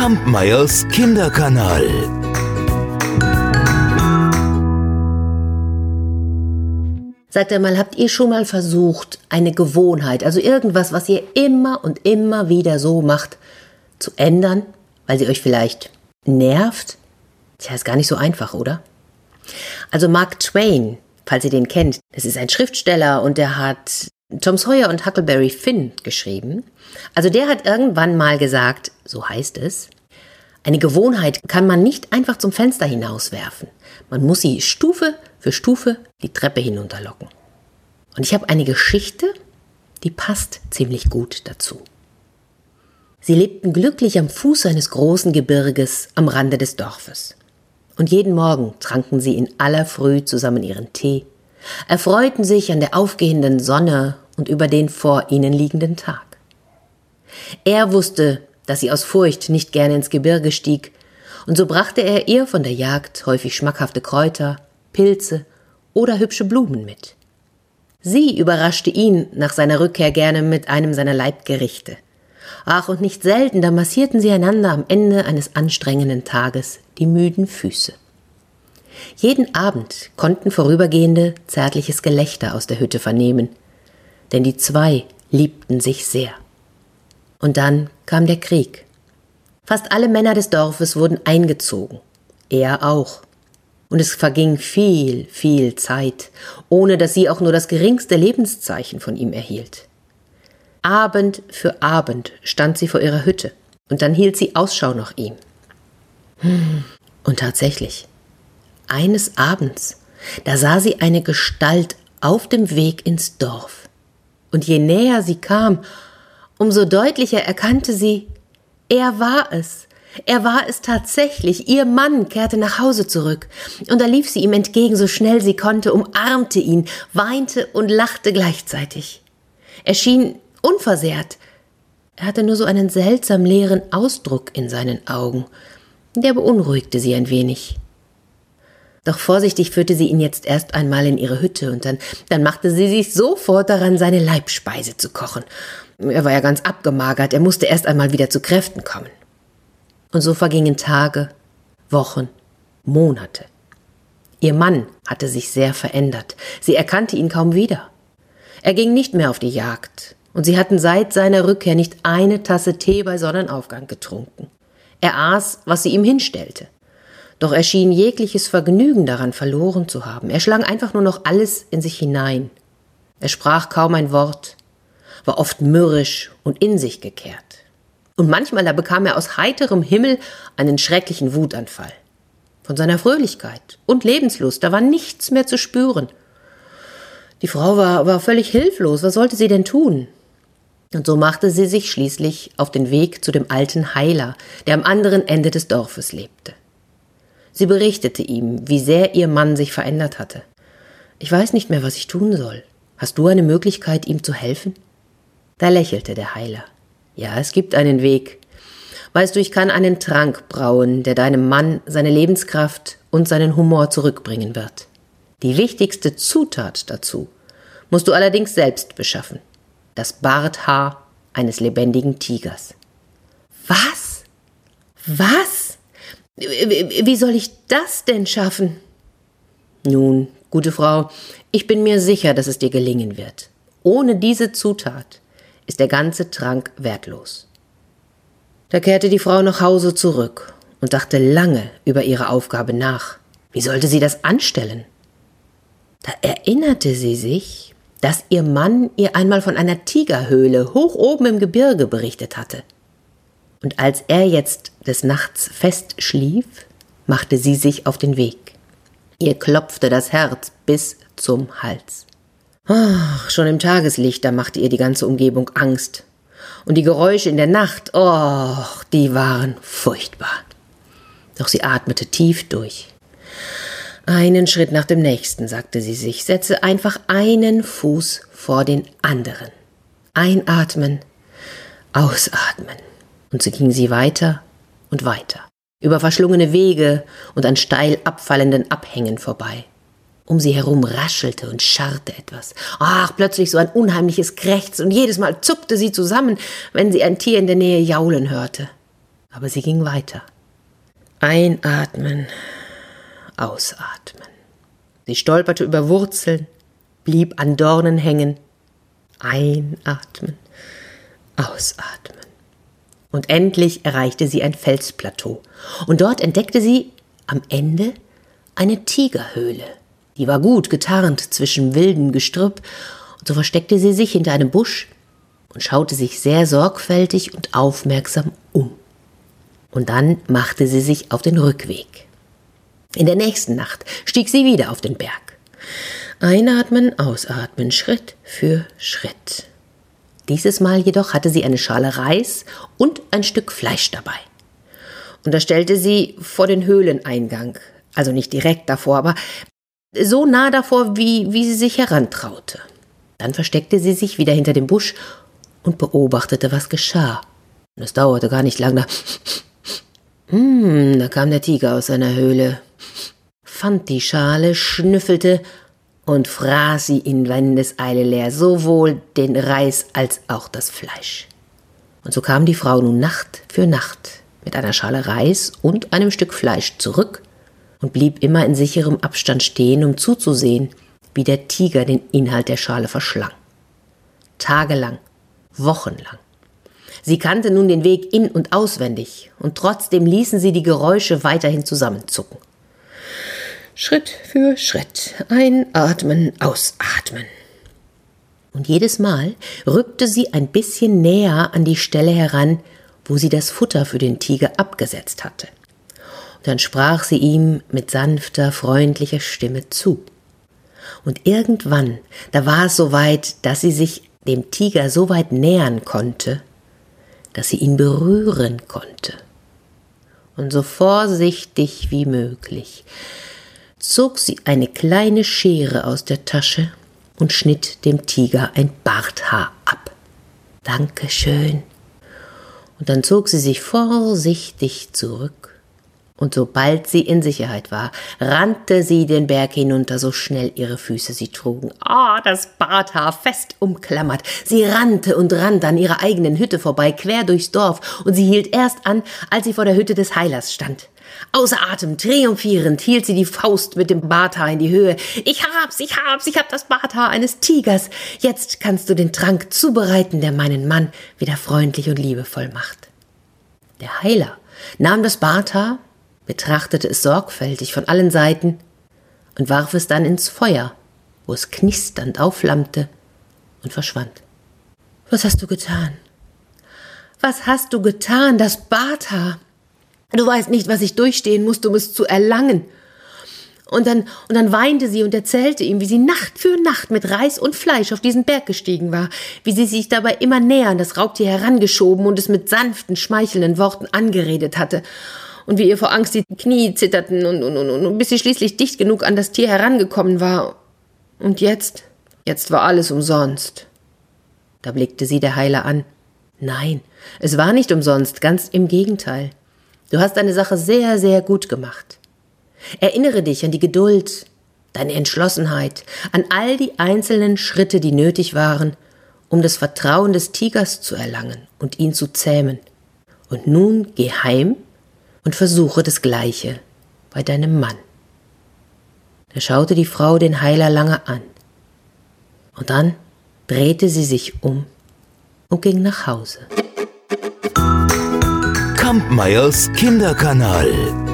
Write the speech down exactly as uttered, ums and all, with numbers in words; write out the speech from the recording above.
Kampmeyers Kinderkanal. Sagt einmal, habt ihr schon mal versucht, eine Gewohnheit, also irgendwas, was ihr immer und immer wieder so macht, zu ändern, weil sie euch vielleicht nervt? Tja, ist gar nicht so einfach, oder? Also Mark Twain, falls ihr den kennt, das ist ein Schriftsteller und der hat Tom Sawyer und Huckleberry Finn geschrieben. Also der hat irgendwann mal gesagt, so heißt es, eine Gewohnheit kann man nicht einfach zum Fenster hinauswerfen. Man muss sie Stufe für Stufe die Treppe hinunterlocken. Und ich habe eine Geschichte, die passt ziemlich gut dazu. Sie lebten glücklich am Fuß eines großen Gebirges am Rande des Dorfes. Und jeden Morgen tranken sie in aller Früh zusammen ihren Tee, erfreuten sich an der aufgehenden Sonne und über den vor ihnen liegenden Tag. Er wusste, dass sie aus Furcht nicht gerne ins Gebirge stieg, und so brachte er ihr von der Jagd häufig schmackhafte Kräuter, Pilze oder hübsche Blumen mit. Sie überraschte ihn nach seiner Rückkehr gerne mit einem seiner Leibgerichte. Ach, und nicht selten, da massierten sie einander am Ende eines anstrengenden Tages die müden Füße. Jeden Abend konnten Vorübergehende zärtliches Gelächter aus der Hütte vernehmen, denn die zwei liebten sich sehr. Und dann kam der Krieg. Fast alle Männer des Dorfes wurden eingezogen, er auch. Und es verging viel, viel Zeit, ohne dass sie auch nur das geringste Lebenszeichen von ihm erhielt. Abend für Abend stand sie vor ihrer Hütte, und dann hielt sie Ausschau nach ihm. Und tatsächlich, eines Abends, da sah sie eine Gestalt auf dem Weg ins Dorf. Und je näher sie kam, umso deutlicher erkannte sie, er war es. Er war es tatsächlich. Ihr Mann kehrte nach Hause zurück. Und da lief sie ihm entgegen, so schnell sie konnte, umarmte ihn, weinte und lachte gleichzeitig. Er schien unversehrt. Er hatte nur so einen seltsam leeren Ausdruck in seinen Augen. Der beunruhigte sie ein wenig. Doch vorsichtig führte sie ihn jetzt erst einmal in ihre Hütte und dann, dann machte sie sich sofort daran, seine Leibspeise zu kochen. Er war ja ganz abgemagert, er musste erst einmal wieder zu Kräften kommen. Und so vergingen Tage, Wochen, Monate. Ihr Mann hatte sich sehr verändert. Sie erkannte ihn kaum wieder. Er ging nicht mehr auf die Jagd und sie hatten seit seiner Rückkehr nicht eine Tasse Tee bei Sonnenaufgang getrunken. Er aß, was sie ihm hinstellte. Doch er schien jegliches Vergnügen daran verloren zu haben. Er schlang einfach nur noch alles in sich hinein. Er sprach kaum ein Wort, war oft mürrisch und in sich gekehrt. Und manchmal da bekam er aus heiterem Himmel einen schrecklichen Wutanfall. Von seiner Fröhlichkeit und Lebenslust, da war nichts mehr zu spüren. Die Frau war, war völlig hilflos, was sollte sie denn tun? Und so machte sie sich schließlich auf den Weg zu dem alten Heiler, der am anderen Ende des Dorfes lebte. Sie berichtete ihm, wie sehr ihr Mann sich verändert hatte. »Ich weiß nicht mehr, was ich tun soll. Hast du eine Möglichkeit, ihm zu helfen?« Da lächelte der Heiler. »Ja, es gibt einen Weg. Weißt du, ich kann einen Trank brauen, der deinem Mann seine Lebenskraft und seinen Humor zurückbringen wird. Die wichtigste Zutat dazu musst du allerdings selbst beschaffen. Das Barthaar eines lebendigen Tigers.« »Was? Was? Wie soll ich das denn schaffen?« »Nun, gute Frau, ich bin mir sicher, dass es dir gelingen wird. Ohne diese Zutat ist der ganze Trank wertlos.« Da kehrte die Frau nach Hause zurück und dachte lange über ihre Aufgabe nach. Wie sollte sie das anstellen? Da erinnerte sie sich, dass ihr Mann ihr einmal von einer Tigerhöhle hoch oben im Gebirge berichtet hatte. Und als er jetzt des Nachts fest schlief, machte sie sich auf den Weg. Ihr klopfte das Herz bis zum Hals. Ach, schon im Tageslicht, da machte ihr die ganze Umgebung Angst. Und die Geräusche in der Nacht, oh, die waren furchtbar. Doch sie atmete tief durch. Einen Schritt nach dem nächsten, sagte sie sich, setze einfach einen Fuß vor den anderen. Einatmen, ausatmen. Und so ging sie weiter und weiter, über verschlungene Wege und an steil abfallenden Abhängen vorbei. Um sie herum raschelte und scharrte etwas. Ach, plötzlich so ein unheimliches Krächzen und jedes Mal zuckte sie zusammen, wenn sie ein Tier in der Nähe jaulen hörte. Aber sie ging weiter. Einatmen, ausatmen. Sie stolperte über Wurzeln, blieb an Dornen hängen. Einatmen, ausatmen. Und endlich erreichte sie ein Felsplateau. Und dort entdeckte sie am Ende eine Tigerhöhle. Die war gut getarnt zwischen wildem Gestrüpp. Und so versteckte sie sich hinter einem Busch und schaute sich sehr sorgfältig und aufmerksam um. Und dann machte sie sich auf den Rückweg. In der nächsten Nacht stieg sie wieder auf den Berg. Einatmen, ausatmen, Schritt für Schritt. Dieses Mal jedoch hatte sie eine Schale Reis und ein Stück Fleisch dabei. Und da stellte sie vor den Höhleneingang, also nicht direkt davor, aber so nah davor, wie, wie sie sich herantraute. Dann versteckte sie sich wieder hinter dem Busch und beobachtete, was geschah. Und es dauerte gar nicht lang, da, hm, da kam der Tiger aus seiner Höhle, fand die Schale, schnüffelte und fraß sie in Windeseile leer, sowohl den Reis als auch das Fleisch. Und so kam die Frau nun Nacht für Nacht mit einer Schale Reis und einem Stück Fleisch zurück und blieb immer in sicherem Abstand stehen, um zuzusehen, wie der Tiger den Inhalt der Schale verschlang. Tagelang, wochenlang. Sie kannte nun den Weg in- und auswendig, und trotzdem ließen sie die Geräusche weiterhin zusammenzucken. Schritt für Schritt, einatmen, ausatmen. Und jedes Mal rückte sie ein bisschen näher an die Stelle heran, wo sie das Futter für den Tiger abgesetzt hatte. Und dann sprach sie ihm mit sanfter, freundlicher Stimme zu. Und irgendwann, da war es so weit, dass sie sich dem Tiger so weit nähern konnte, dass sie ihn berühren konnte. Und so vorsichtig wie möglich zog sie eine kleine Schere aus der Tasche und schnitt dem Tiger ein Barthaar ab. Dankeschön. Und dann zog sie sich vorsichtig zurück. Und sobald sie in Sicherheit war, rannte sie den Berg hinunter, so schnell ihre Füße sie trugen. Ah, das Barthaar fest umklammert. Sie rannte und rannte an ihrer eigenen Hütte vorbei, quer durchs Dorf, und sie hielt erst an, als sie vor der Hütte des Heilers stand. Außer Atem, triumphierend, hielt sie die Faust mit dem Barthaar in die Höhe. Ich hab's, ich hab's, ich hab das Barthaar eines Tigers. Jetzt kannst du den Trank zubereiten, der meinen Mann wieder freundlich und liebevoll macht. Der Heiler nahm das Barthaar, betrachtete es sorgfältig von allen Seiten und warf es dann ins Feuer, wo es knisternd aufflammte und verschwand. Was hast du getan? Was hast du getan, das Barthaar? Du weißt nicht, was ich durchstehen musste, um es zu erlangen. Und dann, und dann weinte sie und erzählte ihm, wie sie Nacht für Nacht mit Reis und Fleisch auf diesen Berg gestiegen war, wie sie sich dabei immer näher an das Raubtier herangeschoben und es mit sanften, schmeichelnden Worten angeredet hatte. Und wie ihr vor Angst die Knie zitterten und, und, und, und bis sie schließlich dicht genug an das Tier herangekommen war. Und jetzt, jetzt war alles umsonst. Da blickte sie der Heiler an. Nein, es war nicht umsonst, ganz im Gegenteil. Du hast deine Sache sehr, sehr gut gemacht. Erinnere dich an die Geduld, deine Entschlossenheit, an all die einzelnen Schritte, die nötig waren, um das Vertrauen des Tigers zu erlangen und ihn zu zähmen. Und nun geh heim und versuche das Gleiche bei deinem Mann. Da schaute die Frau den Heiler lange an. Und dann drehte sie sich um und ging nach Hause. Kampmeyers Kinderkanal.